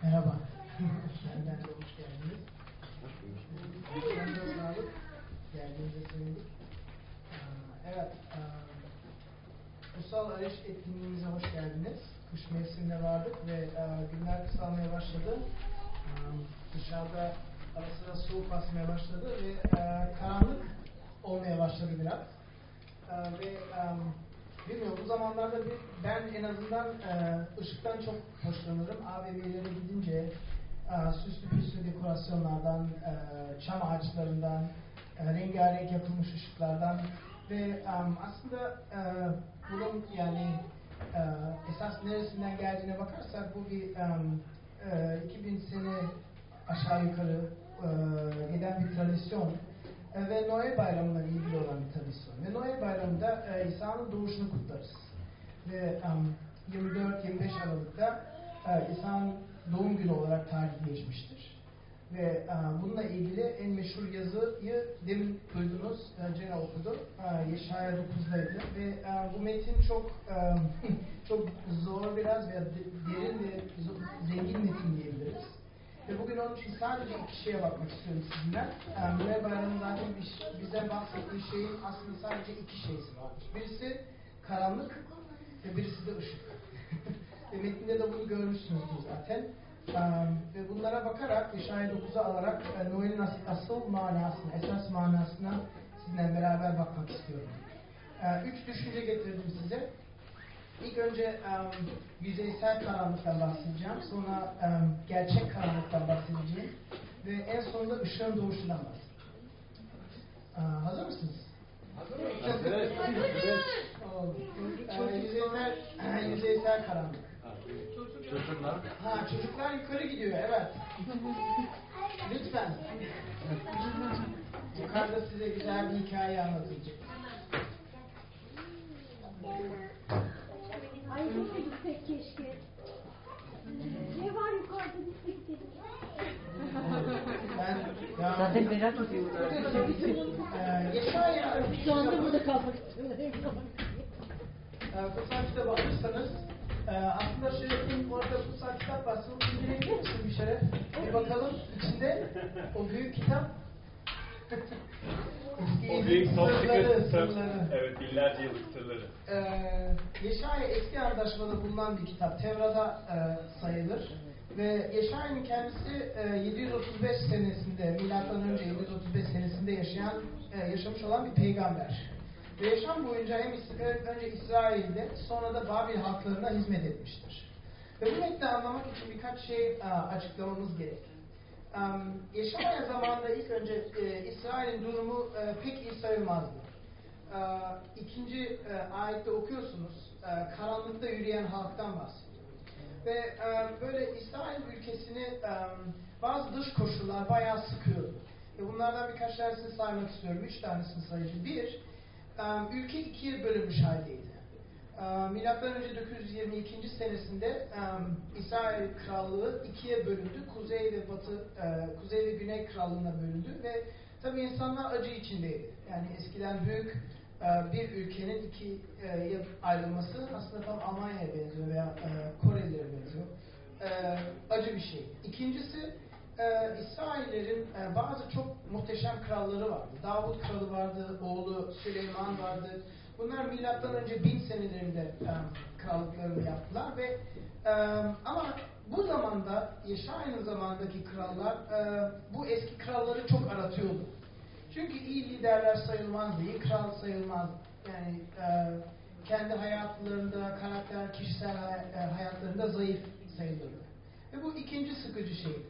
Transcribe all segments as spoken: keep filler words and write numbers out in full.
Merhaba. Benden de hoş geldiniz. Hoş sağlık. Geldiğinize sevindik. Evet. Kutsal Arış etkinliğimize hoş geldiniz. Kış mevsimine vardık ve günler kısalmaya başladı. Dışarıda ara sıra soğuk basmaya başladı ve karanlık olmaya başladı biraz. Ve bilmiyorum, bu zamanlarda bir, ben en azından ışıktan çok hoşlanırım. A V M'lere gidince süslü püslü dekorasyonlardan, çam ağaçlarından, rengarenk yapılmış ışıklardan ve aslında bunun yani esas neresinden geldiğine bakarsak bu bir iki bin sene aşağı yukarı giden bir tradisyon ve Noel Bayramı'na ilgili olan bir tradisyon. Ve Noel Bayramı'nda İsa'nın doğuşunu kutlarız. Ve yirmi dört yirmi beş Aralık'ta İsa'nın doğum günü olarak tarih geçmiştir. Ve bununla ilgili en meşhur yazıyı demin duydunuz, Cene okudu. Yeşaya dokuzdaydı ve bu metin çok çok zor biraz veya derin ve zengin metin diyebiliriz. Ve bugün onun için sadece iki şeye bakmak istiyorum sizinle. Noel Bayramı'nın zaten bize bahsettiği şeyin aslında sadece iki şeysi vardır. Birisi karanlık ve birisi de ışık. Ve metinde de bunu görmüşsünüzdür zaten. Ve bunlara bakarak, Yeşaya dokuzu alarak Noel'in asıl manasına, esas manasına sizinle beraber bakmak istiyorum. Üç düşünce getirdim size. İlk önce um, yüzeysel karanlıktan bahsedeceğim, sonra um, gerçek karanlıktan bahsedeceğim ve en sonunda ışığın doğuşundan bahsedeceğim. Uh, hazır mısınız? Hazır mısınız? Evet. Evet. Ee, yüzeysel, yüzeysel karanlık. Çocuklar. Ha, çocuklar yukarı gidiyor, evet. Lütfen. Yukarıda size güzel bir hikaye anlatacak. Ay çok gitsek keşke. Ne var yukarıda gitsek dedim. Ben ya, zaten merak ediyorum. Ee, Yeşaya Şu anda burada kalmak istiyorum. Kutsal kitabı alırsanız e, aslında şerefin orada kutsal kitap var. Sen indirebilir misin bir şeref? Bir bakalım içinde o büyük kitap. O büyük sırları, sırları. Evet, binlerce yıllık sırları. Ee, Yeşaya eski antlaşmada bulunan bir kitap. Tevrat'a e, sayılır. Ve Yeşaya'nın kendisi e, yedi yüz otuz beş senesinde, milattan önce yedi yüz otuz beş senesinde yaşayan, e, yaşamış olan bir peygamber. Ve yaşam boyunca hem önce İsrail'de, sonra da Babil halklarına hizmet etmiştir. Ve bu metni anlamak için birkaç şey e, açıklamamız gerek. Um, Yeşaya zamanında ilk önce e, İsrail'in durumu e, pek iyi sayılmazdı. E, ikinci e, ayette okuyorsunuz, e, karanlıkta yürüyen halktan bahsediyor. Ve e, böyle İsrail ülkesini e, bazı dış koşullar bayağı sıkıyordu. Ve bunlardan birkaç tanesini saymak istiyorum. Üç tanesini sayacağım. Bir, e, ülke ikiye bölünmüş haldeydi. Milattan önce dokuz yüz yirmi ikinci senesinde um, İsrail Krallığı ikiye bölündü. Kuzey ve Batı, uh, Kuzey ve Güney Krallığı'na bölündü ve tabii insanlar acı içindeydi. Yani eskiden büyük uh, bir ülkenin ikiye ayrılması aslında tam Almanya'ya benziyor veya uh, Korelilere benziyor. Uh, acı bir şey. İkincisi, uh, İsraillerin uh, bazı çok muhteşem kralları vardı. Davut Kralı vardı, oğlu Süleyman vardı. Bunlar milattan önce bin senelerinde um, krallıklarını yaptılar ve um, ama bu zamanda Yeşaya'nın zamandaki krallar uh, bu eski kralları çok aratıyordu. Çünkü iyi liderler sayılmazdı, iyi kral sayılmazdı. Yani uh, kendi hayatlarında, karakter, kişisel hay- hayatlarında zayıf sayılırdı. Ve bu ikinci sıkıcı şeydi.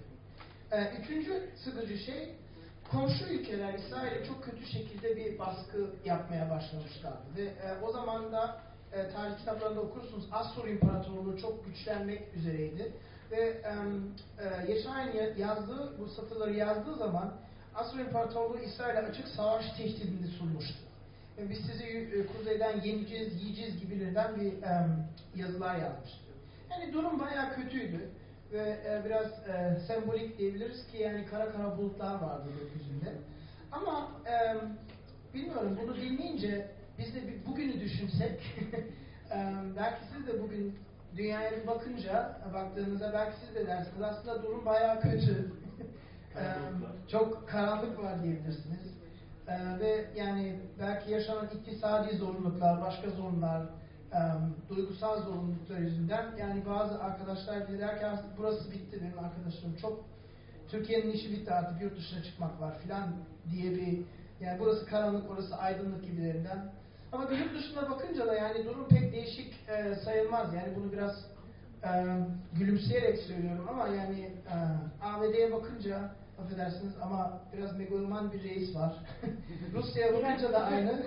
Uh, üçüncü sıkıcı şey, komşu ülkeler İsrail'e çok kötü şekilde bir baskı yapmaya başlamışlardı. Ve e, o zaman da e, tarih kitaplarında okursunuz, Assur İmparatorluğu çok güçlenmek üzereydi. Ve e, e, Yeşaya'nın yazdığı, bu satırları yazdığı zaman Assur İmparatorluğu İsrail'e açık savaş tehdidini sunmuştu. Ve biz sizi e, kuzeyden yeneceğiz, yiyeceğiz gibilerinden bir e, yazılar yazmıştı. Yani durum bayağı kötüydü. Ve e, biraz e, sembolik diyebiliriz ki yani kara kara bulutlar vardı gökyüzünde. Ama e, bilmiyorum, bunu dinleyince biz de bir bugünü düşünsek e, belki siz de bugün dünyaya bir bakınca, baktığınızda belki siz de dersiniz, aslında durum bayağı kötü. Ee, çok karanlık var diyebilirsiniz. Ee, ve yani belki yaşanan iktisadi zorluklar, başka zorunlar, e, duygusal zorunluluklar yüzünden yani bazı arkadaşlar dediler ki artık burası bitti, benim arkadaşlarım çok Türkiye'nin işi bitti, artık yurt dışına çıkmak var filan diye bir, yani burası karanlık, orası aydınlık gibilerinden. Ama bir yurt dışına bakınca da yani durum pek değişik e, sayılmaz. Yani bunu biraz e, gülümseyerek söylüyorum ama yani e, A B D'ye bakınca, affedersiniz ama biraz megaloman bir reis var. Rusya'ya bakınca da aynı.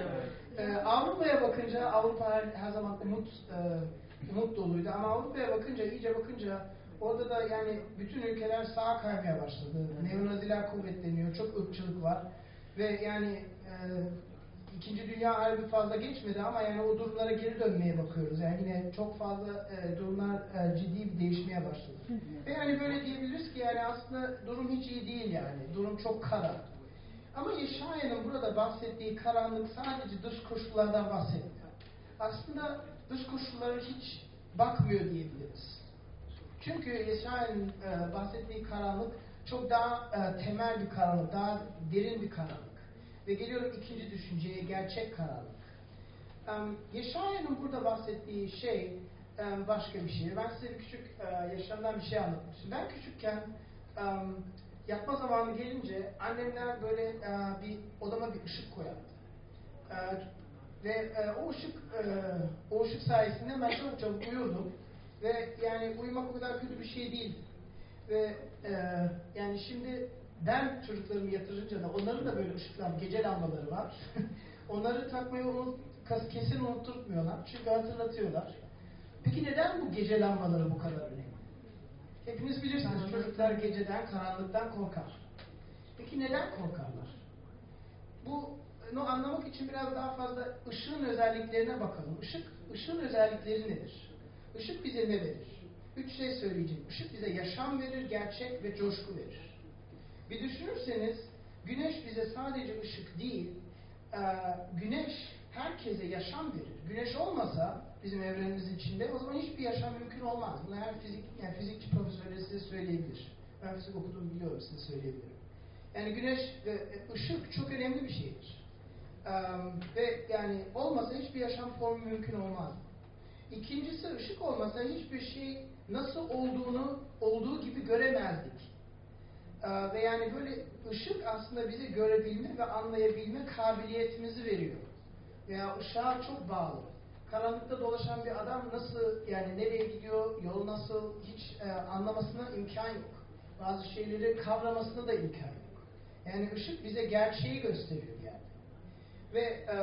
e, Avrupa'ya bakınca, Avrupa her, her zaman umut e, umut doluydu ama Avrupa'ya bakınca, iyice bakınca orada da yani bütün ülkeler sağa kaymaya başladı. Neonaziler kuvvetleniyor, çok ırkçılık var ve yani e, İkinci Dünya Harbi fazla geçmedi ama yani o durumlara geri dönmeye bakıyoruz. Yani yine çok fazla e, durumlar e, ciddi bir değişmeye başladı. Ve yani böyle diyebiliriz ki yani aslında durum hiç iyi değil yani. Durum çok kara. Ama Yeşaya'nın burada bahsettiği karanlık sadece dış koşullardan bahsetmiyor. Aslında dış koşullara hiç bakmıyor diyebiliriz. Çünkü Yeşaya'nın e, bahsettiği karanlık çok daha e, temel bir karanlık, daha derin bir karanlık. Ve geliyorum ikinci düşünceye, gerçek karanlık. Um, Yeşaya'nın burada bahsettiği şey um, başka bir şey. Ben size bir küçük uh, yaşamdan bir şey anlatmıştım. Ben küçükken um, yatma zamanı gelince annemler böyle uh, bir odama bir ışık koyardı. Uh, ve uh, o ışık uh, o ışık sayesinde ben çok çabuk uyurdum. Ve yani uyumak o kadar kötü bir şey değildi. Ve uh, yani şimdi ben çocuklarımı yatırınca da onların da böyle ışıklar, gece lambaları var. Onları takmayı unut, kesin unutturmuyorlar. Çünkü hatırlatıyorlar. Peki neden bu gece lambaları bu kadar önemli? Hepiniz bilirsiniz çocuklar geceden, karanlıktan korkar. Peki neden korkarlar? Bunu anlamak için biraz daha fazla ışığın özelliklerine bakalım. Işık, ışığın özellikleri nedir? Işık bize ne verir? Üç şey söyleyeceğim. Işık bize yaşam verir, gerçek ve coşku verir. Bir düşünürseniz, güneş bize sadece ışık değil, e, güneş herkese yaşam verir. Güneş olmasa bizim evrenimiz içinde o zaman hiçbir yaşam mümkün olmaz. Bunu her fizik, yani fizikçi profesörleri size söyleyebilir. Ben fizik okudum, biliyorum, size söyleyebilirim. Yani güneş ve ışık çok önemli bir şeydir. E, ve yani olmasa hiçbir yaşam formu mümkün olmaz. İkincisi, ışık olmasa hiçbir şey nasıl olduğunu olduğu gibi göremezdik. Ve yani böyle ışık aslında bizi görebilme ve anlayabilme kabiliyetimizi veriyor. Veya ışığa çok bağlı. Karanlıkta dolaşan bir adam nasıl, yani nereye gidiyor, yol nasıl hiç e, anlamasına imkan yok. Bazı şeyleri kavramasına da imkan yok. Yani ışık bize gerçeği gösteriyor yani. Ve e,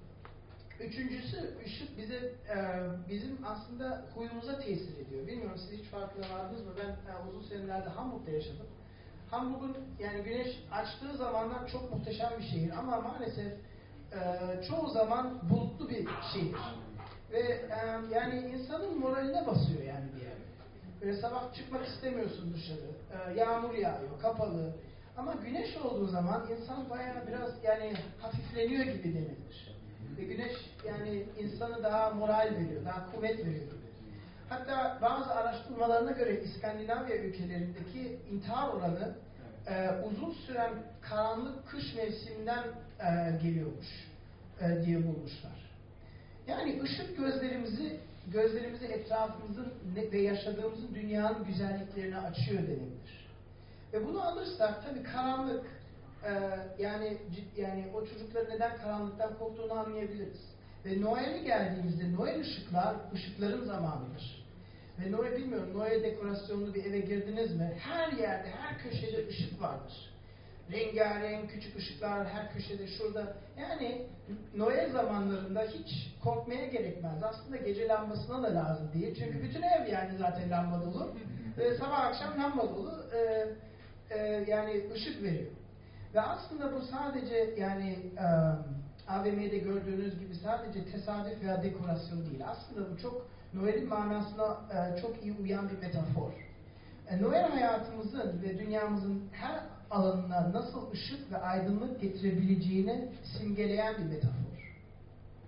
üçüncüsü, ışık bize e, bizim aslında huyumuza tesir ediyor. Bilmiyorum siz hiç farkına vardınız mı? Ben e, uzun senelerde Hamburg'da yaşadım. Hamburg'un yani güneş açtığı zamanlar çok muhteşem bir şehir ama maalesef e, çoğu zaman bulutlu bir şehir. Ve e, yani insanın moraline basıyor yani bir yer. Böyle sabah çıkmak istemiyorsun dışarı. E, yağmur yağıyor, kapalı. Ama güneş olduğu zaman insan bayağı biraz yani hafifleniyor gibi denilir. Ve güneş yani insanı daha moral veriyor, daha kuvvet veriyor gibi. Hatta bazı araştırmalarına göre İskandinavya ülkelerindeki intihar oranı e, uzun süren karanlık kış mevsiminden e, geliyormuş e, diye bulmuşlar. Yani ışık gözlerimizi, gözlerimizi etrafımızın ve yaşadığımızın dünyanın güzelliklerini açıyor denilir. Ve bunu alırsak tabii karanlık e, yani yani o çocukların neden karanlıktan korktuğunu anlayabiliriz. Ve Noel'e geldiğimizde Noel ışıklar ışıkların zamanıdır. Ve Noel bilmiyorum, Noel dekorasyonlu bir eve girdiniz mi? Her yerde, her köşede ışık vardır. Rengarenk küçük ışıklar her köşede, şurada. Yani Noel zamanlarında hiç korkmaya gerekmez. Aslında gece lambasına da lazım değil. Çünkü bütün ev yani zaten lamba dolu. Ee, sabah akşam lamba dolu. Ee, e, yani ışık veriyor. Ve aslında bu sadece yani e, A V M'de gördüğünüz gibi sadece tesadüf veya dekorasyon değil. Aslında bu çok Noel'in manasına e, çok iyi uyan bir metafor. E, Noel hayatımızın ve dünyamızın her alanına nasıl ışık ve aydınlık getirebileceğini simgeleyen bir metafor.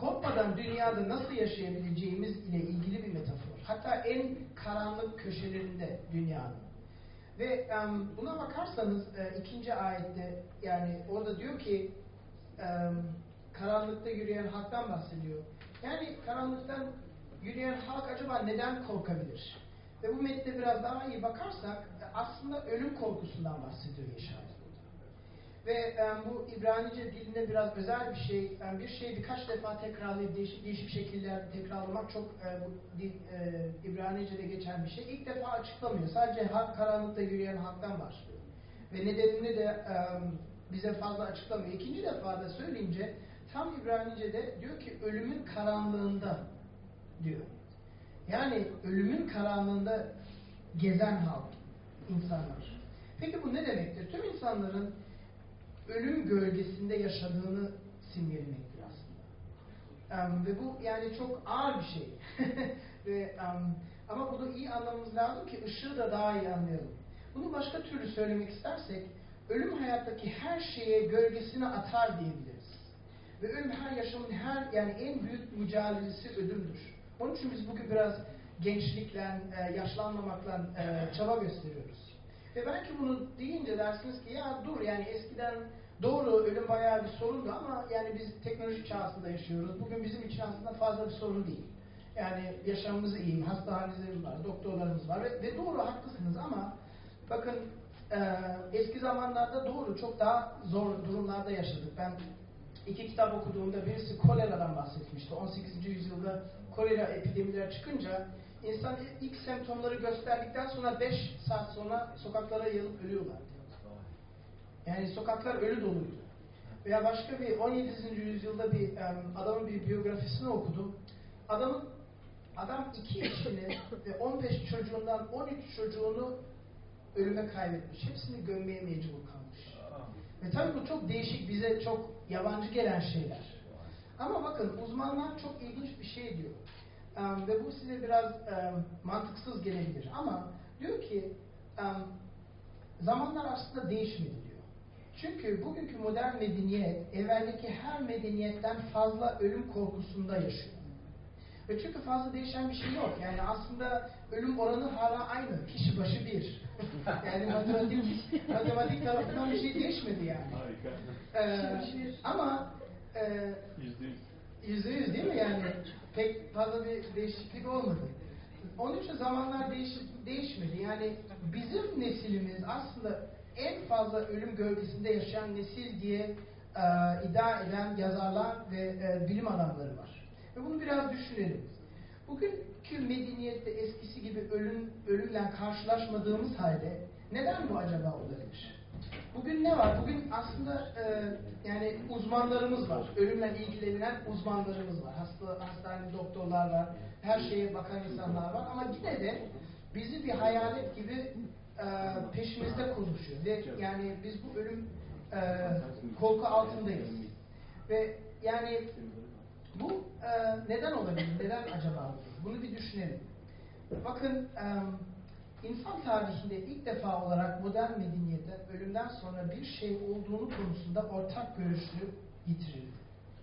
korkmadan dünyada nasıl yaşayabileceğimiz ile ilgili bir metafor. Hatta en karanlık köşelerinde dünyanın. Ve um, buna bakarsanız e, ikinci ayette, yani orada diyor ki um, karanlıkta yürüyen halktan bahsediyor. Yani karanlıktan yürüyen halk acaba neden korkabilir? Ve bu metne biraz daha iyi bakarsak aslında ölüm korkusundan bahsediyor Yeşaya burada. Ve um, bu İbranice dilinde biraz özel bir şey. Um, bir şeyi birkaç defa tekrarlayıp değişik değişik şekillerde tekrarlamak çok e, bu dil, e, İbranice'de geçen bir şey. İlk defa açıklamıyor. Sadece halk karanlıkta yürüyen halktan başlıyor. Ve nedenini de um, bize fazla açıklamıyor. İkinci defa da söyleyince tam İbranice'de diyor ki ölümün karanlığında diyor. Yani ölümün karanlığında gezen halk, insanlar. Peki bu ne demektir? Tüm insanların ölüm gölgesinde yaşadığını simgelemektir aslında. Um, ve bu yani çok ağır bir şey. ve um, ama bunu iyi anlamamız lazım ki ışığı da daha iyi anlayalım. Bunu başka türlü söylemek istersek, ölüm hayattaki her şeye gölgesini atar diyebiliriz. Ve ölüm her yaşamın her yani en büyük mücadelesi ölümdür. Onun için biz bugün biraz gençlikle, e, yaşlanmamakla e, çaba gösteriyoruz. Ve belki bunu deyince dersiniz ki ya dur yani eskiden doğru ölüm bayağı bir sorundu ama yani biz teknoloji çağında yaşıyoruz. Bugün bizim için aslında fazla bir sorun değil. Yani yaşamımız iyi, hastanelerimiz var, doktorlarımız var ve, ve doğru haklısınız ama bakın e, eski zamanlarda doğru çok daha zor durumlarda yaşadık. Ben iki kitap okuduğumda birisi koleradan bahsetmişti. on sekizinci yüzyılda kolera epidemileri çıkınca insan ilk semptomları gösterdikten sonra beş saat sonra sokaklara yayılıp ölüyorlar. Yani sokaklar ölü doluydu. Veya başka bir on yedinci yüzyılda bir um, adamın bir biyografisini okudum. Adamın adam iki eşini ve on beş çocuğundan on üç çocuğunu ölüme kaybetmiş. Hepsini gömmeye mecbur kalmış. Ve tabii bu çok değişik, bize çok yabancı gelen şeyler. Ama bakın uzmanlar çok ilginç bir şey diyor. Um, ve bu size biraz um, mantıksız gelebilir. Ama diyor ki um, zamanlar aslında değişmedi diyor. Çünkü bugünkü modern medeniyet evveldeki her medeniyetten fazla ölüm korkusunda yaşıyor. Ve çünkü fazla değişen bir şey yok. Yani aslında ölüm oranı hala aynı. Kişi başı bir. yani matematik, matematik tarafından bir şey değişmedi yani. Harika. Ee, ama e, Yüzde yüz. yüzde yüz değil mi yani? Pek fazla bir değişiklik olmadı. Onun için zamanlar değiş, değişmedi. Yani bizim neslimiz aslında en fazla ölüm gölgesinde yaşayan nesil diye e, iddia eden yazarlar ve e, bilim adamları var. Ve bunu biraz düşünelim. Bugünkü medeniyette eskisi gibi ölüm, ölümle karşılaşmadığımız halde neden bu acaba olabilir? Bugün ne var? Bugün aslında e, yani uzmanlarımız var. Ölümle ilgilenen uzmanlarımız var. Hasta, hastane doktorlar var. Her şeye bakan insanlar var. Ama yine de bizi bir hayalet gibi e, peşimizde konuşuyor. Ve yani biz bu ölüm e, korku altındayız. Ve yani bu e, neden olabilir? Neden acaba olabilir? Bunu bir düşünelim. Bakın e, İnsan tarihinde ilk defa olarak modern medeniyette ölümden sonra bir şey olduğunu konusunda ortak görüşlü yitirildi.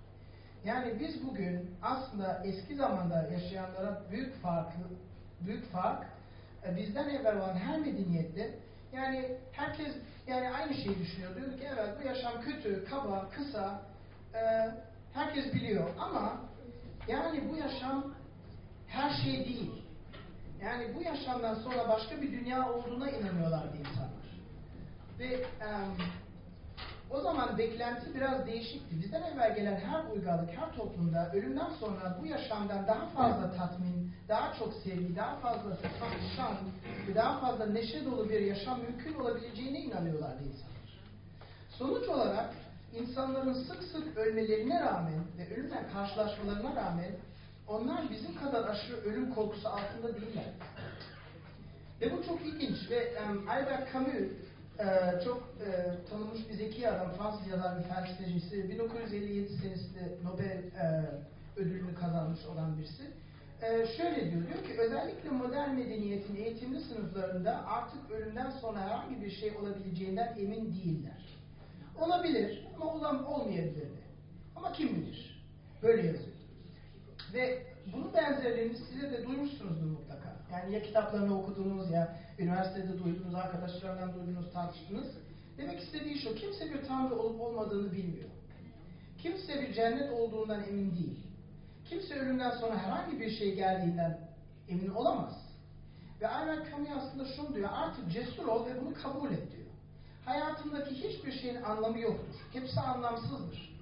Yani biz bugün aslında eski zamanda yaşayanlara büyük farkı, büyük fark bizden evvel olan her medeniyette yani herkes yani aynı şeyi düşünüyor. Diyor ki evet bu yaşam kötü, kaba, kısa e, herkes biliyor ama yani bu yaşam her şey değil. Yani bu yaşamdan sonra başka bir dünya olduğuna inanıyorlardı insanlar. Ve um, o zaman beklenti biraz değişikti. Bizden evvel gelen her uygarlık, her toplumda ölümden sonra bu yaşamdan daha fazla tatmin, daha çok sevgi, daha fazla şan ve daha fazla neşe dolu bir yaşam mümkün olabileceğine inanıyorlardı insanlar. Sonuç olarak insanların sık sık ölmelerine rağmen ve ölümle karşılaşmalarına rağmen onlar bizim kadar aşırı ölüm korkusu altında değiller. Ve bu çok ilginç ve um, Albert Camus e, çok e, tanınmış bir zeki adam, Fransız yazar bir felsefecisi, bin dokuz yüz elli yedi senesinde Nobel e, ödülünü kazanmış olan birisi. E, şöyle diyor, diyor ki özellikle modern medeniyetin eğitimli sınıflarında artık ölümden sonra herhangi bir şey olabileceğinden emin değiller. Olabilir ama olan olmayabilir de. Ama kim bilir? Böyle yazıyor. Ve bunun benzerlerini size de duymuşsunuzdur mutlaka. Yani ya kitaplarını okudunuz ya üniversitede duydunuz, arkadaşlarından duydunuz, tartıştınız. Demek istediği şu, kimse bir tanrı olup olmadığını bilmiyor. Kimse bir cennet olduğundan emin değil. Kimse ölümden sonra herhangi bir şey geldiğinden emin olamaz. Ve Albert Camus aslında şunu diyor, artık cesur ol ve bunu kabul et diyor. Hayatındaki hiçbir şeyin anlamı yoktur. Hepsi anlamsızdır.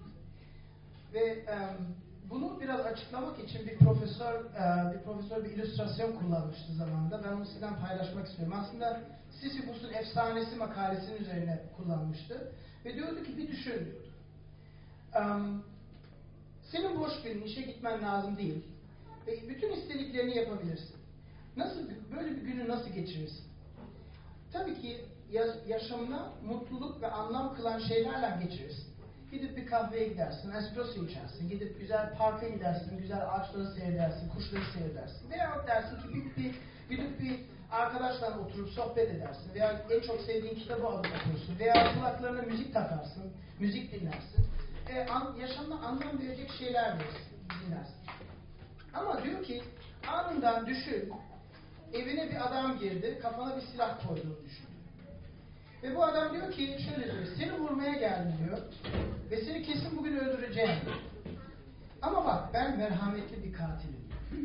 Ve um, bunu biraz açıklamak için bir profesör, uh, bir profesör bir illüstrasyon kullanmıştı zamanında. Ben onu sizden paylaşmak istiyorum. Aslında Sisyphus'un efsanesi makalesinin üzerine kullanmıştı. Ve diyordu ki bir düşün diyordu. Um, senin boş günün, işe gitmen lazım değil. Ve bütün istediklerini yapabilirsin. Nasıl, böyle bir günü nasıl geçirirsin? Tabii ki yaşamına mutluluk ve anlam kılan şeylerle geçirirsin. Gidip bir kahveye gidersin, espresso içersin, gidip güzel parka gidersin, güzel ağaçları seyredersin, kuşları seyredersin. Veya dersin ki bir, bir, gidip bir arkadaşla oturup sohbet edersin. Veya en çok sevdiğin kitabı alıp okursun. Veya kulaklarına müzik takarsın, müzik dinlersin. E, an, yaşamına anlam verecek şeyler dinlersin. Ama diyor ki, anından düşün, evine bir adam girdi, kafana bir silah koyduğunu düşün. Ve bu adam diyor ki, şöyle diyor, seni vurmaya geldim diyor ve seni kesin bugün öldüreceğim diyor. Ama bak, ben merhametli bir katilim.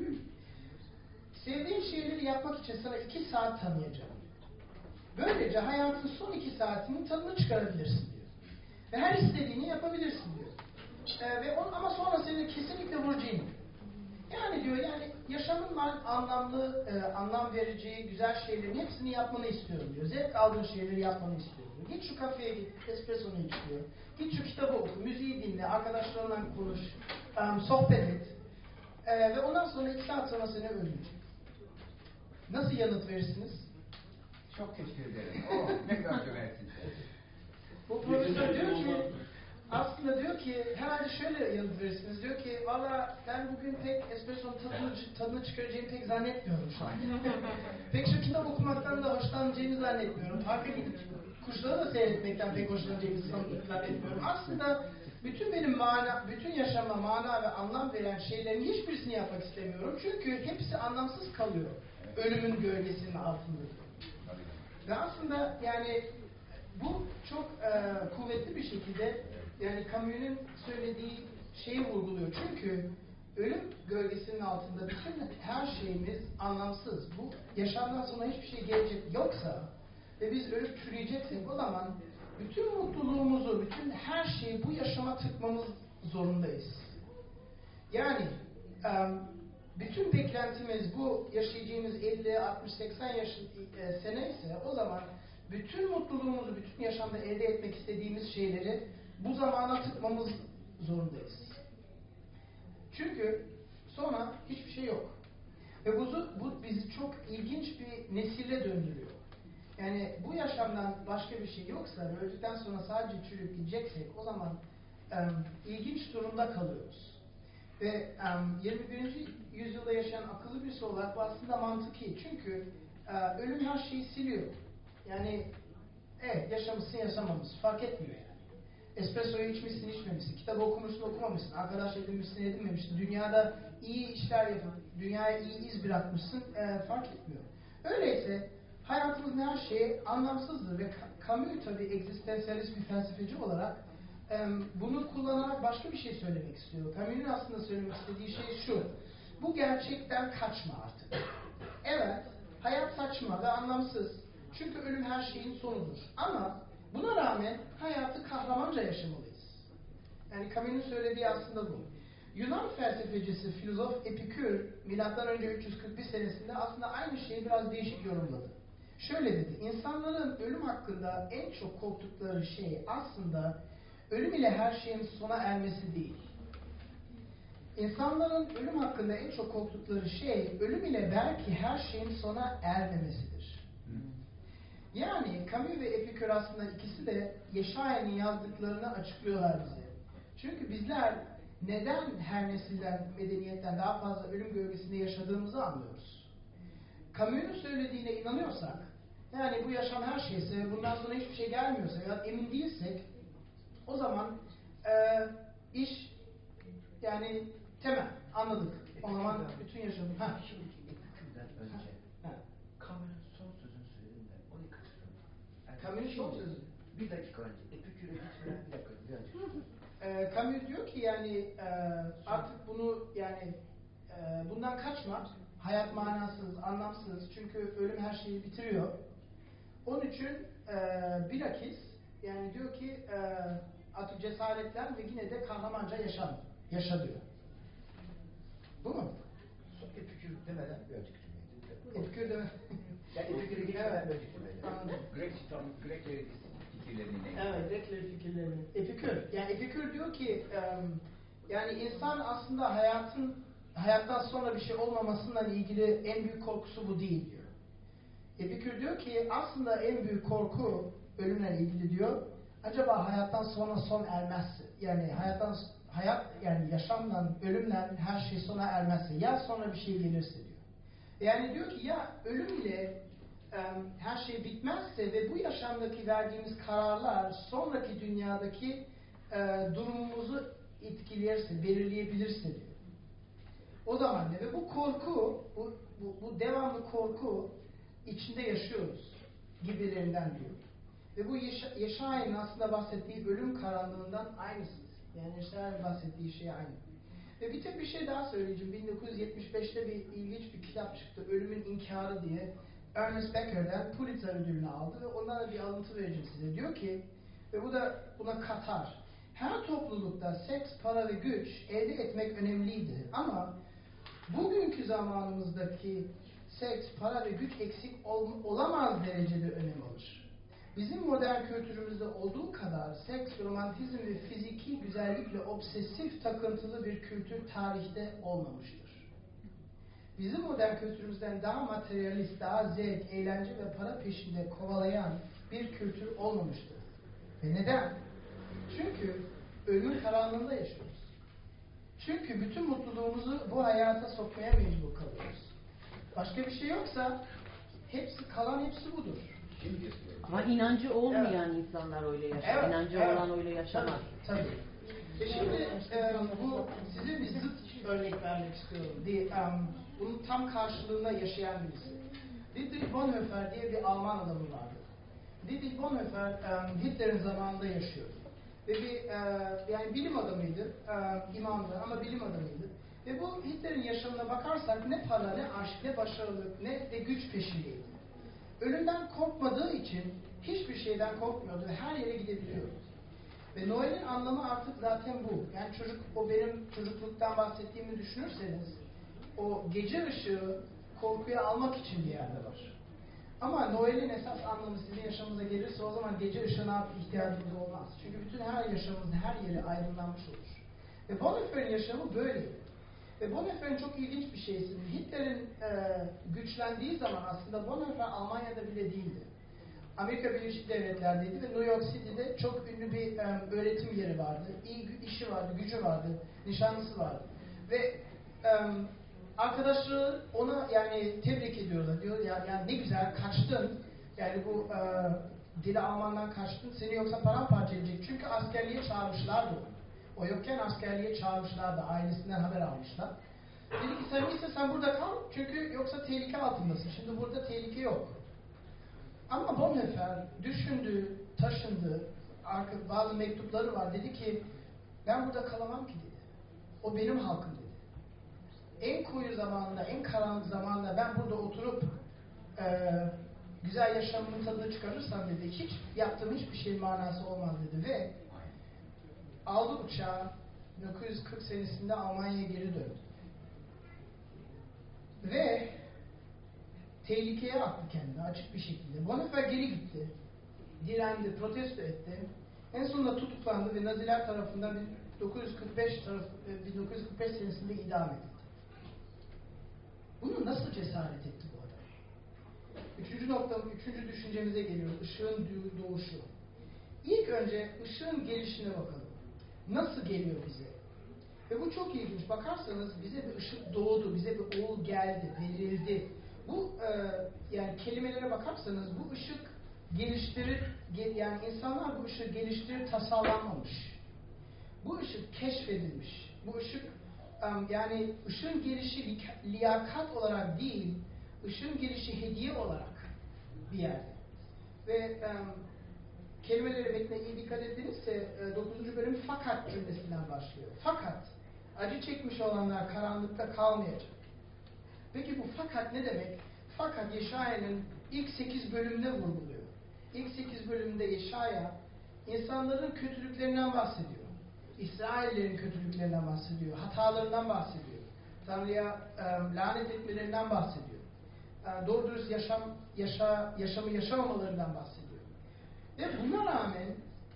Sevdiğin şeyleri yapmak için sana iki saat tanıyacağım. Böylece hayatın son iki saatinin tadını çıkarabilirsin diyor. Ve her istediğini yapabilirsin diyor. Ee, ve on, ama sonra seni kesinlikle vuracağım. Yani diyor, yani yaşamın var anlamlı, e, anlam vereceği güzel şeylerin hepsini yapmanı istiyorum diyor. Zevk aldığın şeyleri yapmanı istiyorum diyor. Git şu kafeye git, espressonu iç diyor. Git şu kitabı oku, müziği dinle, arkadaşlarınla konuş, um, sohbet et. E, ve ondan sonra iki saat sonra seni öldürecek. Nasıl yanıt verirsiniz? Çok teşekkür ederim. Oh, ne kadar cömertsin. Bu profesör diyor ki, aslında diyor ki, herhalde şöyle yanıt verirsiniz. Diyor ki, valla ben bugün pek espresso'nun tadını, tadını çıkaracağımı pek zannetmiyorum şu an. Pek şu kitap okumaktan da hoşlanacağımı zannetmiyorum. Parka gidip kuşları da seyretmekten pek hoşlanacağımı zannetmiyorum. Aslında bütün benim mana, bütün yaşama mana ve anlam veren şeylerin hiçbirisini yapmak istemiyorum. Çünkü hepsi anlamsız kalıyor. Ölümün gölgesinin altında. Ve aslında yani bu çok e, kuvvetli bir şekilde yani Camus'un söylediği şeyi vurguluyor. Çünkü ölüm gölgesinin altında bütün her şeyimiz anlamsız. Bu yaşamdan sonra hiçbir şey gelecek yoksa ve biz ölüp çürüyeceksek o zaman bütün mutluluğumuzu, bütün her şeyi bu yaşama tıkmamız zorundayız. Yani e, bütün beklentimiz bu yaşayacağımız elli, altmış, seksen yaş e, sene ise o zaman bütün mutluluğumuzu, bütün yaşamda elde etmek istediğimiz şeyleri bu zamana tıkmamız zorundayız. Çünkü sonra hiçbir şey yok. Ve bu, bu bizi çok ilginç bir nesille döndürüyor. Yani bu yaşamdan başka bir şey yoksa ve öldükten sonra sadece çürüyüp gideceksek o zaman um, ilginç durumda kalıyoruz. Ve um, yirmi birinci yüzyılda yaşayan akıllı birisi olarak bu aslında mantıki. Çünkü uh, ölüm her şeyi siliyor. Yani evet yaşamışsın yaşamamışsın fark etmiyor yani. Espressoyu içmişsin içmemişsin, kitabı okumuşsun okumamışsın, arkadaş edinmişsin edinmemişsin, dünyada iyi işler yapıp dünyaya iyi iz bırakmışsın e, fark etmiyor. Öyleyse hayatımızın her şeyi anlamsızdır ve Camus tabi egzistansiyalist bir felsefeci olarak e, bunu kullanarak başka bir şey söylemek istiyor. Camus'un aslında söylemek istediği şey şu, bu gerçekten kaçma artık. Evet, hayat saçma ve anlamsız. Çünkü ölüm her şeyin sonudur. Ama buna rağmen hayatı kahramanca yaşamalıyız. Yani Camus'un söylediği aslında bu. Yunan felsefecisi, filozof Epikür, milattan önce üç yüz kırk bir senesinde aslında aynı şeyi biraz değişik yorumladı. Şöyle dedi, insanların ölüm hakkında en çok korktukları şey aslında ölüm ile her şeyin sona ermesi değil. İnsanların ölüm hakkında en çok korktukları şey, ölüm ile belki her şeyin sona ermemesidir. Yani Camus ve Epikür aslında ikisi de Yeşaya'nın yazdıklarını açıklıyorlar bize. Çünkü bizler neden her nesilden, medeniyetten daha fazla ölüm gölgesinde yaşadığımızı anlıyoruz. Camus'un söylediğine inanıyorsak, yani bu yaşam her şeyse, bundan sonra hiçbir şey gelmiyorsa ya emin değilsek, o zaman e, iş yani temel, anladık. O zaman bütün yaşamı... Ha. Şimdiki Epikür'den önce Ha. Camus'un son sözünü söylediğinde onu kaçırdım. Yani Camus'un son sözü? Bir dakika önce. Epikür'e gitmeden bir dakika. Bir dakika. Ee, Camus diyor ki yani e, artık bunu yani e, bundan kaçma. Hayat manasız, anlamsız. Çünkü ölüm her şeyi bitiriyor. Onun için e, bilakis yani diyor ki e, artık cesaretlen ve yine de kahramanca yaşam. Yaşa diyor. Bu mu? Epikür demeden bir önceki cümleydi. Epikür deme. Yani Epikür'e gitmeden bir önceki cümleydi. Anladım. Grek, Grek fikirlerinin neydi? Evet, Greklerin fikirlerini. Epikür. Yani Epikür diyor ki e, yani insan aslında hayatın hayattan sonra bir şey olmamasından ilgili en büyük korkusu bu değil diyor. Epikür diyor ki aslında en büyük korku ölümle ilgili diyor. Acaba hayattan sonra son ermezse, yani hayattan hayat yani yaşamdan, ölümden her şey sona ermezse, ya sonra bir şey gelirse diyor. Yani diyor ki ya ölümle e, her şey bitmezse ve bu yaşamdaki verdiğimiz kararlar sonraki dünyadaki e, durumumuzu etkileyirse, belirleyebilirse diyor. O zaman diyor ve bu korku, bu, bu, bu devamlı korku içinde yaşıyoruz gibilerinden diyor. Ve bu Yeşa, Yeşaya'nın aslında bahsettiği ölüm karanlığından aynısı. Yani Yeşaya'nın bahsettiği şey aynı. Ve bir tek bir şey daha söyleyeceğim. bin dokuz yüz yetmiş beşte bir ilginç bir kitap çıktı. Ölümün İnkarı diye. Ernest Becker'den Pulitzer ödülünü aldı ve ondan da bir alıntı vereceğim size. Diyor ki, ve bu da buna katar. Her toplulukta seks, para ve güç elde etmek önemliydi. Ama bugünkü zamanımızdaki seks, para ve güç eksik ol, olamaz derecede önem alır. Bizim modern kültürümüzde olduğu kadar seks, romantizm ve fiziki güzellikle obsesif takıntılı bir kültür tarihte olmamıştır. Bizim modern kültürümüzden daha materyalist, daha zevk, eğlence ve para peşinde kovalayan bir kültür olmamıştır. Ve neden? Çünkü ölümün karanlığında yaşıyoruz. Çünkü bütün mutluluğumuzu bu hayata sokmaya mecbur kalıyoruz. Başka bir şey yoksa hepsi kalan hepsi budur. Ama inancı olmayan Evet. insanlar öyle yaşar. Evet, İnancı evet. olan öyle yaşamaz. Tabii. tabii. E şimdi e, bu size bir zıt örnek vermek istiyorum. Bir, um, bunun tam karşılığında yaşayan birisi. Dietrich Bonhoeffer diye bir Alman adamı vardı. Dietrich Bonhoeffer um, Hitler'in zamanında yaşıyor. Ve bir e, yani bilim adamıydı, e, imamdı ama bilim adamıydı. Ve bu Hitler'in yaşamına bakarsak ne para, ne aşk, ne başarılık, ne de güç peşindeydi. Ölümden korkmadığı için hiçbir şeyden korkmuyordu ve her yere gidebiliyordu. Ve Noel'in anlamı artık zaten bu. Yani çocuk, o benim çocukluktan bahsettiğimi düşünürseniz, o gece ışığı korkuya almak için bir yerde var. Ama Noel'in esas anlamı sizin yaşamınıza gelirse o zaman gece ışığına ihtiyacımız olmaz. Çünkü bütün her yaşamımızın her yeri aydınlanmış olur. Ve Bonhoeffer'in yaşamı böyleydi. Ve Bonhoeffer'in çok ilginç bir şeysi. Hitler'in e, güçlendiği zaman aslında Bonhoeffer Almanya'da bile değildi. Amerika Birleşik Devletleri'ndeydi ve New York City'de çok ünlü bir e, öğretim yeri vardı. İyi işi vardı, gücü vardı, nişanlısı vardı. Ve e, arkadaşları ona yani tebrik ediyorlar. Diyor ya yani ne güzel kaçtın. Yani bu e, dili Alman'dan kaçtın. Seni yoksa paramparça edecek. Çünkü askerliğe çağırmışlardı onu. O yokken askerliğe çağırmışlardı. Ailesinden haber almışlar. Dedi ki sen iyisi sen burada kal. Çünkü yoksa tehlike altındasın. Şimdi burada tehlike yok. Ama Bonhoeffer düşündü, taşındı. Arka, bazı mektupları var. Dedi ki ben burada kalamam ki dedi. O benim halkım dedi. En koyu zamanında, en karanlık zamanında ben burada oturup e, güzel yaşamın tadını çıkarırsam dedi. Hiç yaptığım hiçbir şeyin manası olmaz dedi. Ve aldı uçağı bin dokuz yüz kırk senesinde Almanya'ya geri döndü. Ve tehlikeye attı kendini açık bir şekilde. Bonhoeffer geri gitti. Direndi, protesto etti. En sonunda tutuklandı ve Naziler tarafından bin dokuz yüz kırk beş, taraf, bin dokuz yüz kırk beş senesinde idam edildi. Bunu nasıl cesaret etti bu adam? Üçüncü nokta, üçüncü düşüncemize geliyoruz. Işığın doğuşu. İlk önce ışığın gelişine bakalım. Nasıl geliyor bize? Ve bu çok ilginç. Bakarsanız bize bir ışık doğdu, bize bir oğul geldi, verildi. Bu e, yani kelimelere bakarsanız bu ışık geliştirir, gel, yani insanlar bu ışığı geliştirir, tasarlanmamış. Bu ışık keşfedilmiş. Bu ışık um, yani ışığın gelişi li- liyakat olarak değil, ışığın gelişi hediye olarak bir yerde. Ve um, kelimeleri metne iyi dikkat ettiğinizse dokuzuncu bölüm fakat cümlesinden başlıyor. Fakat acı çekmiş olanlar karanlıkta kalmayacak. Peki bu fakat ne demek? Fakat Yeşaya'nın ilk sekiz bölümde vurguluyor. İlk sekiz bölümde Yeşaya insanların kötülüklerinden bahsediyor. İsraillerin kötülüklerinden bahsediyor. Hatalarından bahsediyor. Tanrı'ya e, lanet etmelerinden bahsediyor. E, doğru dürüst yaşam, yaşa, yaşamı yaşamamalarından bahsediyor. Ve buna rağmen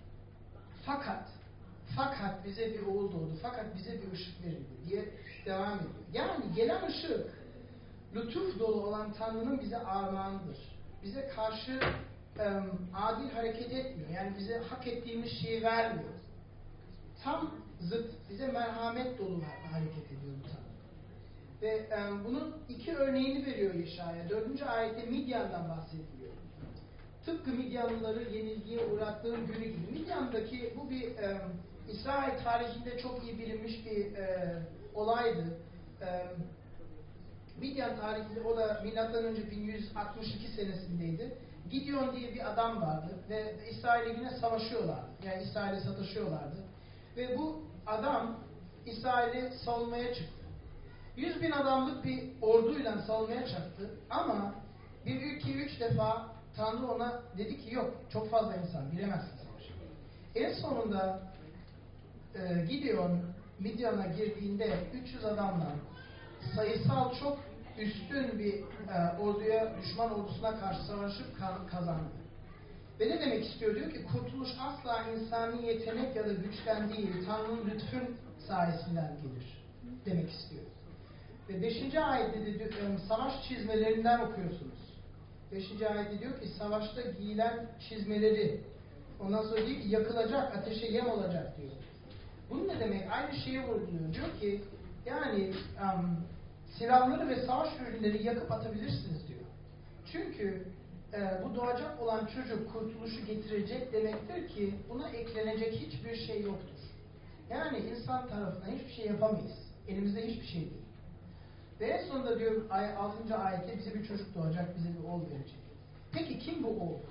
fakat fakat bize bir oğul doğdu, fakat bize bir ışık verildi diye devam ediyor. Yani gelen ışık lütuf dolu olan Tanrı'nın bize armağanıdır. Bize karşı um, adil hareket etmiyor. Yani bize hak ettiğimiz şeyi vermiyor. Tam zıt, bize merhamet dolu hareket ediyor bu Tanrı. Ve um, bunun iki örneğini veriyor Yeşaya. Dördüncü ayette Midyan'dan bahsediliyor. Tıpkı Midyanlıları yenilgiye uğrattığım günü gibi. Midyan'daki bu bir e, İsrail tarihinde çok iyi bilinmiş bir e, olaydı. E, Midyan tarihinde, o da milattan önce bin yüz altmış iki senesindeydi. Gideon diye bir adam vardı ve İsrail'e yine savaşıyorlardı. Yani İsrail'e sataşıyorlardı. Ve bu adam İsrail'i savunmaya çıktı. Yüz bin adamlık bir orduyla savunmaya çıktı ama bir, iki, üç defa Tanrı ona dedi ki yok, çok fazla insan, giremezsin savaşa. En sonunda e, Gideon Midyan'a girdiğinde üç yüz adamla sayısal çok üstün bir e, orduya, düşman ordusuna karşı savaşıp kazandı. Ve ne demek istiyor? Diyor ki kurtuluş asla insani yetenek ya da güçten değil, Tanrı'nın lütfün sayesinden gelir demek istiyor. Ve beşinci ayette de e, savaş çizmelerinden okuyorsunuz. Beşinci ayette diyor ki savaşta giyilen çizmeleri, ondan sonra diyor ki yakılacak, ateşe yem olacak diyor. Bunun ne demek? Aynı şeyi vurguluyor. Diyor ki yani um, silahları ve savaş ürünleri yakıp atabilirsiniz diyor. Çünkü e, bu doğacak olan çocuk kurtuluşu getirecek demektir ki buna eklenecek hiçbir şey yoktur. Yani insan tarafından hiçbir şey yapamayız. Elimizde hiçbir şey değil. Ve en sonunda diyor altıncı ayette bize bir çocuk doğacak, bize bir oğul verecek. Peki kim bu oğul?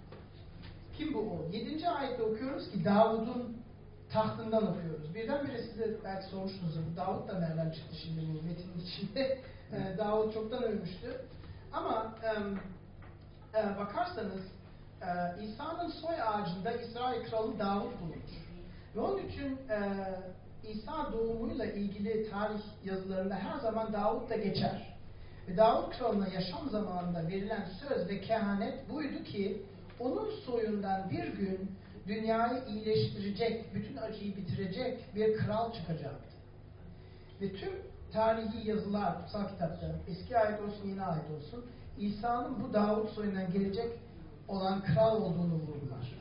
Kim bu oğul? yedinci ayette okuyoruz ki Davud'un tahtından okuyoruz. Birdenbire size belki sormuştunuz, Davud da nereden çıktı şimdi bu metinin içinde? Davud çoktan ölmüştü. Ama e, e, bakarsanız e, İsa'nın soy ağacında İsrail kralı Davud bulunur. Ve onun için e, İsa doğumuyla ilgili tarih yazılarında her zaman Davud da geçer. Ve Davud kralına yaşam zamanında verilen söz ve kehanet buydu ki onun soyundan bir gün dünyayı iyileştirecek, bütün acıyı bitirecek bir kral çıkacaktı. Ve tüm tarihi yazılar, kutsal kitapta, eski ayet olsun, yeni ayet olsun, İsa'nın bu Davud soyundan gelecek olan kral olduğunu vurgular.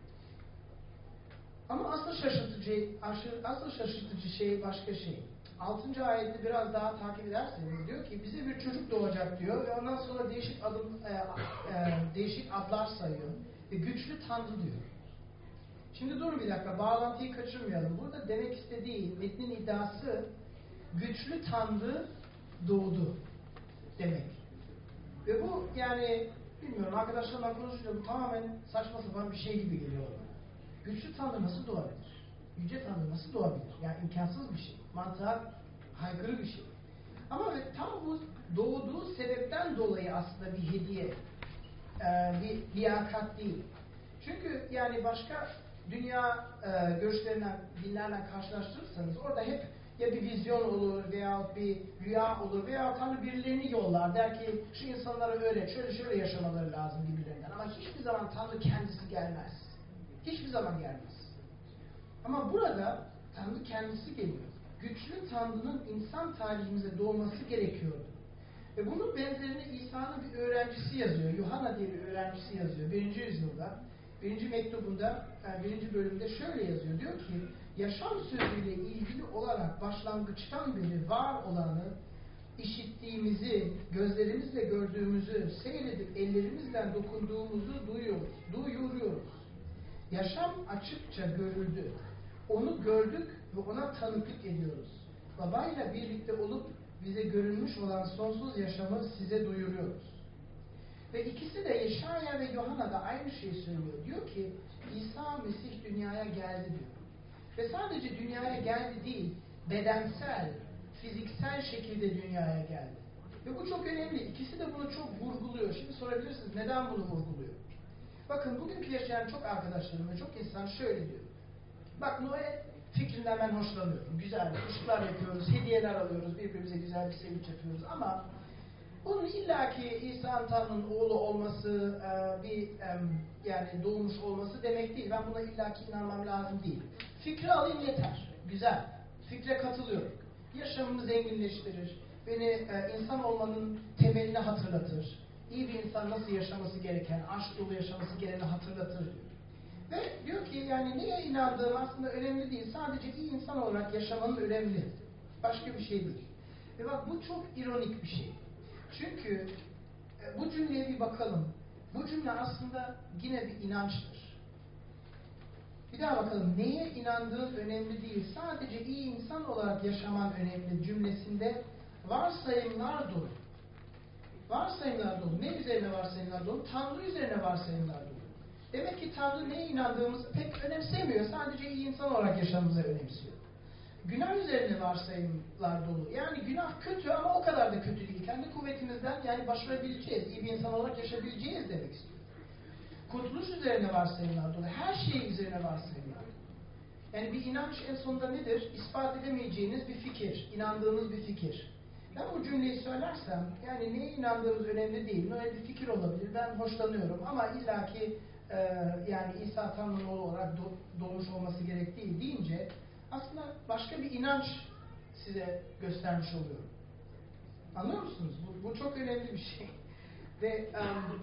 Ama asıl şaşırtıcı, asıl şaşırtıcı şey başka şey. altıncı ayeti biraz daha takip ederseniz diyor ki bize bir çocuk doğacak diyor ve ondan sonra değişik adım, e, e, değişik adlar sayıyor ve güçlü Tanrı diyor. Şimdi durun bir dakika, bağlantıyı kaçırmayalım. Burada demek istediği, metnin iddiası güçlü Tanrı doğdu demek. Ve bu yani bilmiyorum, arkadaşlarımla konuşunca bu tamamen saçma sapan bir şey gibi geliyor bana. Güçlü Tanrı nasıl doğabilir? Yüce Tanrı nasıl doğabilir? Yani imkansız bir şey. Mantığa aykırı bir şey. Ama tam bu doğduğu sebepten dolayı aslında bir hediye, ee, bir liyakat değil. Çünkü yani başka dünya e, görüşlerinden, dinlerle karşılaştırırsanız orada hep ya bir vizyon olur veya bir rüya olur veya Tanrı birilerini yollar. Der ki şu insanlara öğret, şöyle şöyle yaşamaları lazım gibilerinden. Ama hiçbir zaman Tanrı kendisi gelmez. Hiçbir zaman gelmez. Ama burada Tanrı kendisi geliyor. Güçlü Tanrı'nın insan tarihimize doğması gerekiyordu. Ve bunun benzerini İsa'nın bir öğrencisi yazıyor. Yuhanna diye bir öğrencisi yazıyor. Birinci yüzyılda. Birinci mektubunda, yani birinci bölümde şöyle yazıyor. Diyor ki, yaşam sözüyle ilgili olarak başlangıçtan beri var olanı, işittiğimizi, gözlerimizle gördüğümüzü, seyredip ellerimizle dokunduğumuzu duyuyoruz, duyuruyoruz. Yaşam açıkça görüldü. Onu gördük ve ona tanıklık ediyoruz. babayla birlikte olup bize görünmüş olan sonsuz yaşamı size duyuruyoruz. Ve ikisi de Yeşaya ve Yuhanna da aynı şeyi söylüyor. Diyor ki İsa Mesih dünyaya geldi diyor. Ve sadece dünyaya geldi değil, bedensel, fiziksel şekilde dünyaya geldi. Ve bu çok önemli. İkisi de bunu çok vurguluyor. Şimdi sorabilirsiniz neden bunu vurguluyor? Bakın bugünkü yaşayan çok arkadaşlarım ve çok insan şöyle diyor. Bak Noel fikrinden ben hoşlanıyorum. Güzel, ışıklar yapıyoruz, hediyeler alıyoruz, birbirimize güzel bir sevinç yapıyoruz ama bunun illaki İsa Tanrı'nın oğlu olması, bir yani doğmuş olması demek değil. Ben buna illaki inanmam lazım değil. Fikri alayım yeter. Güzel. Fikre katılıyorum. Yaşamımı zenginleştirir. Beni insan olmanın temelini hatırlatır. İyi bir insan nasıl yaşaması gereken, aşk dolu yaşaması gerekeni hatırlatır diyor. Ve diyor ki yani neye inandığım aslında önemli değil. Sadece iyi insan olarak yaşamanın önemli. Başka bir şey değil. Ve bak bu çok ironik bir şey. Çünkü e, bu cümleye bir bakalım. Bu cümle aslında yine bir inançtır. Bir daha bakalım. Neye inandığın önemli değil. Sadece iyi insan olarak yaşaman önemli cümlesinde varsayımlar dolu. Varsayımlar dolu. Ne üzerine varsayımlar dolu? Tanrı üzerine varsayımlar dolu. Demek ki Tanrı neye inandığımızı pek önemsemiyor. Sadece iyi insan olarak yaşamımızı önemsiyor. Günah üzerine varsayımlar dolu. Yani günah kötü ama o kadar da kötü değil. Kendi kuvvetimizden yani başarabileceğiz. İyi bir insan olarak yaşayabileceğiz demek istiyor. Kurtuluş üzerine varsayımlar dolu. Her şey üzerine varsayımlar dolu. Yani bir inanç en sonunda nedir? İspat edemeyeceğiniz bir fikir. İnandığınız bir fikir. Ben bu cümleyi söylersem yani neye inandığımız önemli değil. Böyle bir fikir olabilir. Ben hoşlanıyorum ama illaki e, yani İsa Tanrı'nın oğlu olarak do, doğmuş olması gerek değil deyince aslında başka bir inanç size göstermiş oluyorum. Anlıyor musunuz? Bu, bu çok önemli bir şey. Ve um,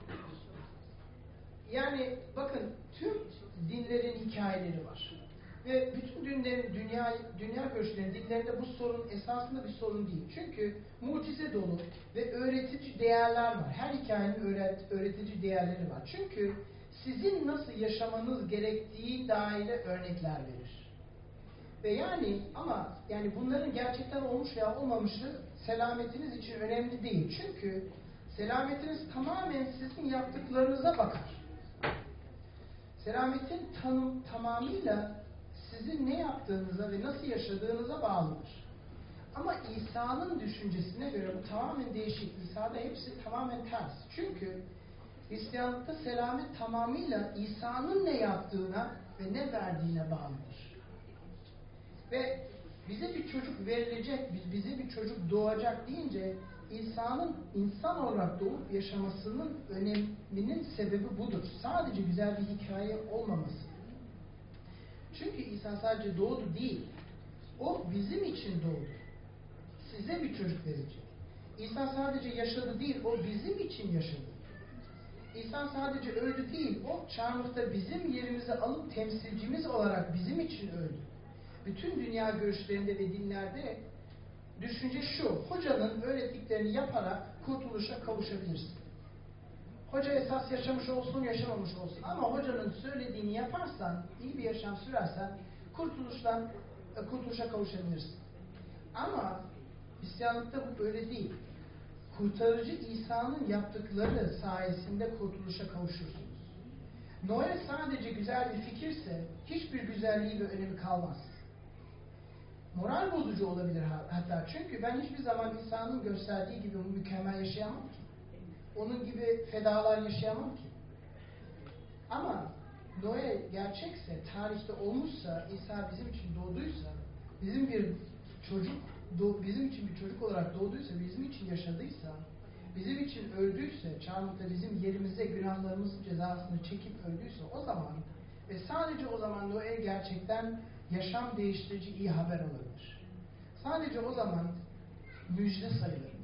yani bakın tüm dinlerin hikayeleri var. Ve bütün dinlerin, dünya, dünya görüşlerinin dinlerinde bu sorun esasında bir sorun değil. Çünkü mucize dolu ve öğretici değerler var. Her hikayenin öğret, öğretici değerleri var. Çünkü sizin nasıl yaşamanız gerektiği dair örnekler verir. Ve yani ama yani bunların gerçekten olmuş veya olmamışı selametiniz için önemli değil. Çünkü selametiniz tamamen sizin yaptıklarınıza bakar. Selametin tanım tamamıyla sizin ne yaptığınıza ve nasıl yaşadığınıza bağlıdır. Ama İsa'nın düşüncesine göre bu tamamen değişik. İsa'da hepsi tamamen ters. Çünkü Hristiyanlıkta selamet tamamıyla İsa'nın ne yaptığına ve ne verdiğine bağlıdır. Ve bize bir çocuk verilecek, bize bir çocuk doğacak deyince İsa'nın insan olarak doğup yaşamasının öneminin sebebi budur. Sadece güzel bir hikaye olmaması. Çünkü İsa sadece doğdu değil. O bizim için doğdu. Size bir çocuk verecek. İsa sadece yaşadı değil, o bizim için yaşadı. İsa sadece öldü değil, o çarmıhta bizim yerimizi alıp temsilcimiz olarak bizim için öldü. Bütün dünya görüşlerinde ve dinlerde düşünce şu, hocanın öğrettiklerini yaparak kurtuluşa kavuşabilirsin. Hoca esas yaşamış olsun, yaşamamış olsun. Ama hocanın söylediğini yaparsan, iyi bir yaşam sürersen, kurtuluştan, kurtuluşa kavuşabilirsin. Ama Hristiyanlıkta bu böyle değil. Kurtarıcı İsa'nın yaptıkları sayesinde kurtuluşa kavuşursunuz. Noel sadece güzel bir fikirse, hiçbir güzelliği ve önemi kalmaz. Moral bozucu olabilir hatta. Çünkü ben hiçbir zaman İsa'nın gösterdiği gibi mükemmel yaşayamam ki. Onun gibi fedalar yaşayamam ki. Ama Noel gerçekse, tarihte olmuşsa, İsa bizim için doğduysa, bizim bir çocuk, bizim için bir çocuk olarak doğduysa, bizim için yaşadıysa, bizim için öldüyse, çarmıhta bizim yerimize günahlarımızın cezasını çekip öldüyse o zaman ve sadece o zaman Noel gerçekten yaşam değiştirici iyi haber olabilir. Sadece o zaman müjde sayılırmış.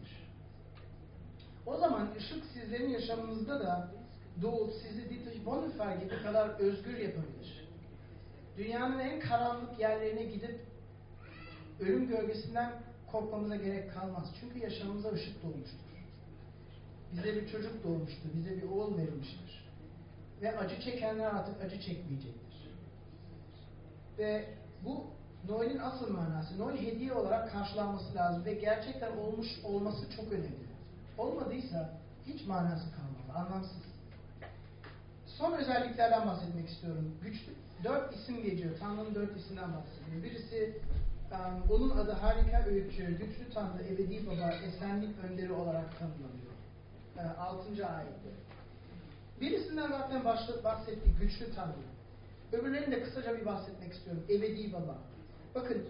O zaman ışık sizlerin yaşamınızda da doğup sizi Dietrich Bonhoeffer gibi kadar özgür yapabilir. Dünyanın en karanlık yerlerine gidip ölüm gölgesinden korkmamıza gerek kalmaz. Çünkü yaşamımıza ışık doğmuştur. Bize bir çocuk doğmuştur. Bize bir oğul verilmiştir. Ve acı çekenler artık acı çekmeyecektir. Ve bu Noel'in asıl manası. Noel hediye olarak karşılanması lazım ve gerçekten olmuş olması çok önemli. Olmadıysa hiç manası kalmaz, anlamsız. Son özelliklerden bahsetmek istiyorum. Güçlü, dört isim geçiyor. Tanrı'nın dört isimden bahsediyor. Birisi, um, onun adı harika öğütçü, güçlü Tanrı, ebedi baba, esenlik önderi olarak tanımlanıyor. E, altıncı ayette. Birisinden zaten başta bahsettik, güçlü Tanrı. Öbürlerini de kısaca bir bahsetmek istiyorum. Ebedi baba. Bakın,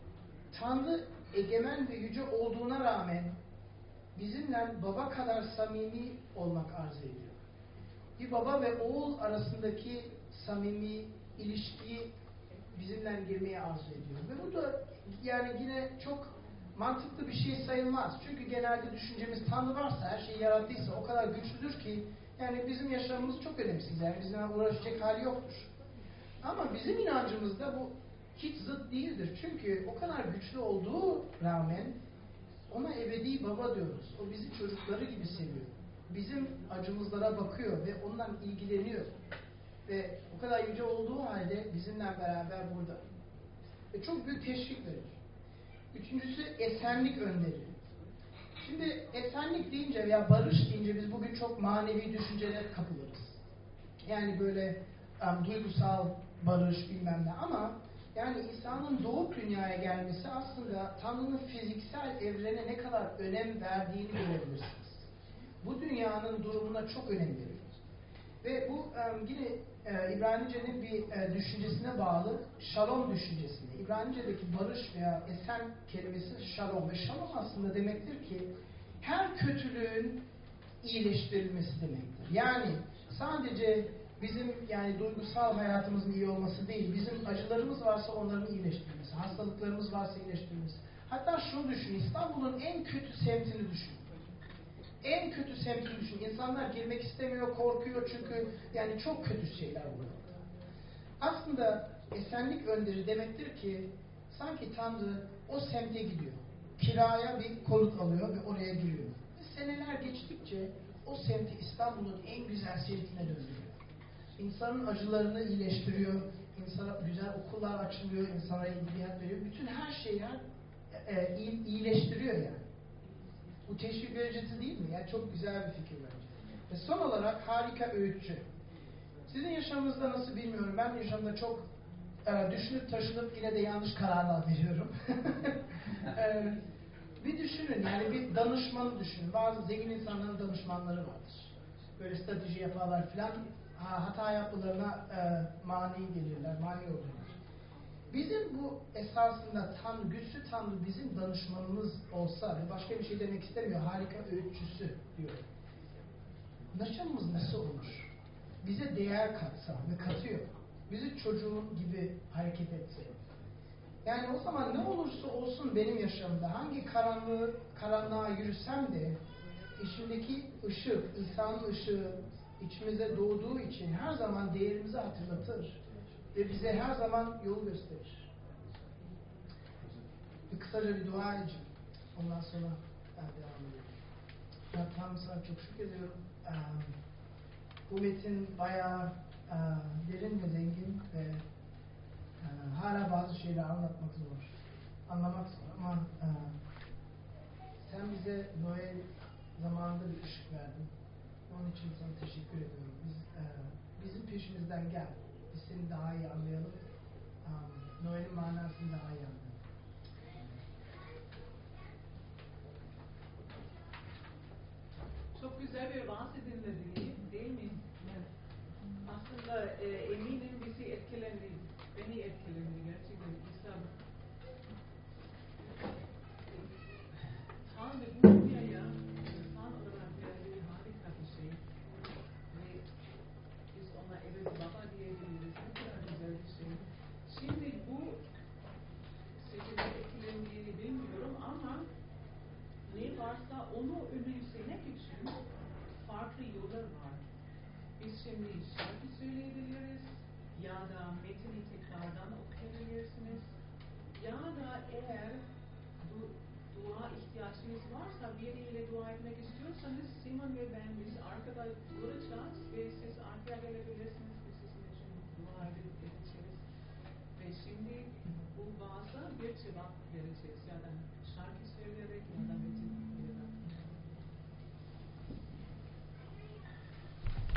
Tanrı egemen ve yüce olduğuna rağmen bizimle baba kadar samimi olmak arzu ediyor. Bir baba ve oğul arasındaki samimi ilişkiyi bizimle girmeye arzu ediyor. Ve bu da yani yine çok mantıklı bir şey sayılmaz. Çünkü genelde düşüncemiz Tanrı varsa, her şeyi yarattıysa o kadar güçlüdür ki yani bizim yaşamımız çok önemsiz. Yani bizimle uğraşacak hali yoktur. Ama bizim inancımızda bu hiç zıt değildir. Çünkü o kadar güçlü olduğu rağmen ona ebedi baba diyoruz. O bizi çocukları gibi seviyor. Bizim acımızlara bakıyor ve ondan ilgileniyor. Ve o kadar yüce olduğu halde bizimle beraber burada. Ve çok büyük teşvik verir. Üçüncüsü esenlik önderi. Şimdi esenlik deyince veya barış deyince biz bugün çok manevi düşüncelere kapılırız. Yani böyle um, duygusal barış bilmem ne ama yani İsa'nın doğup dünyaya gelmesi aslında Tanrı'nın fiziksel evrene ne kadar önem verdiğini görebilirsiniz. Bu dünyanın durumuna çok önem veriyor. Ve bu um, yine e, İbranice'nin bir e, düşüncesine bağlı şalom düşüncesine. İbranice'deki barış veya esen kelimesi şalom. Ve şalom aslında demektir ki her kötülüğün iyileştirilmesi demektir. Yani sadece bizim yani duygusal hayatımızın iyi olması değil, bizim acılarımız varsa onların iyileştirilmesi, hastalıklarımız varsa iyileştirilmesi. Hatta şunu düşün, İstanbul'un en kötü semtini düşün. En kötü semtini düşün. İnsanlar girmek istemiyor, korkuyor çünkü yani çok kötü şeyler burada. Aslında esenlik önderi demektir ki sanki Tanrı o semte gidiyor. Kiraya bir konut alıyor ve oraya giriyor. Ve seneler geçtikçe o semti İstanbul'un en güzel semtine döndürüyor. İnsanın acılarını iyileştiriyor, insana güzel okullar açılıyor, insana ilgiliyat veriyor. Bütün her şeyi e, iyi, iyileştiriyor yani. Bu teşvik vericisi değil mi? Yani çok güzel bir fikir bence. Ve son olarak harika öğütçü. Sizin yaşamınızda nasıl bilmiyorum. Ben yaşamda çok e, düşünüp taşınıp yine de yanlış kararlar veriyorum. e, bir düşünün yani bir danışmanı düşünün. Bazı zengin insanların danışmanları vardır. Böyle strateji yaparlar filan. Ha, hata yapmalarına e, mani gelirler, mani olurlar. Bizim bu esasında Tanrı, güçlü Tanrı bizim danışmanımız olsa ve başka bir şey demek istemiyor, harika öğütçüsü diyor. Yaşamımız nasıl olur? Bize değer katsa ve katıyor. Bizi çocuğun gibi hareket etse. Yani o zaman ne olursa olsun benim yaşamımda, hangi karanlığı, karanlığa yürüsem de içimdeki ışık, İsa'nın ışığı içimize doğduğu için her zaman değerimizi hatırlatır ve bize her zaman yol gösterir. Bir kısaca bir dua edeceğim. Ondan sonra ben devam edeyim. Ya Tanrım sana çok şükrediyorum. Ee, bu metin bayağı e, derin ve zengin ve e, hala bazı şeyleri anlatmak zor. Anlamak zor ama e, sen bize Noel zamanında bir ışık verdin. Onun için sana teşekkür ediyorum. Biz, e, bizim peşimizden gel. Biz seni daha iyi anlayalım. Um, Noel'in manasını daha iyi anlayalım. Çok güzel bir vaaz dinledi, değil mi? Evet. Aslında e, eminim bizi etkilendi. Beni etkilendi gerçekten. İnsan Tanrı bu dünyaya insan olarak verdiği harika bir şey. Ve biz ona evet baba diyebiliriz. Ne kadar güzel bir şey. Şimdi bu sizin etkilendiğini bilmiyorum ama ne varsa onu önemsemek için farklı yollar var. Biz şimdi şarkı söyleyebiliriz ya da metni tekrardan okuyabilirsiniz ya da eğer du dua ihtiyacınız varsa biriyle dua etmek istiyorsanız Simon ve ben biz arkada duracağız ve siz arkaya gelebilirsiniz. Biz sizin için dua edeceğiz. Ve şimdi bu bazı cevap vereceğiz. Yani şarkı söyleyerek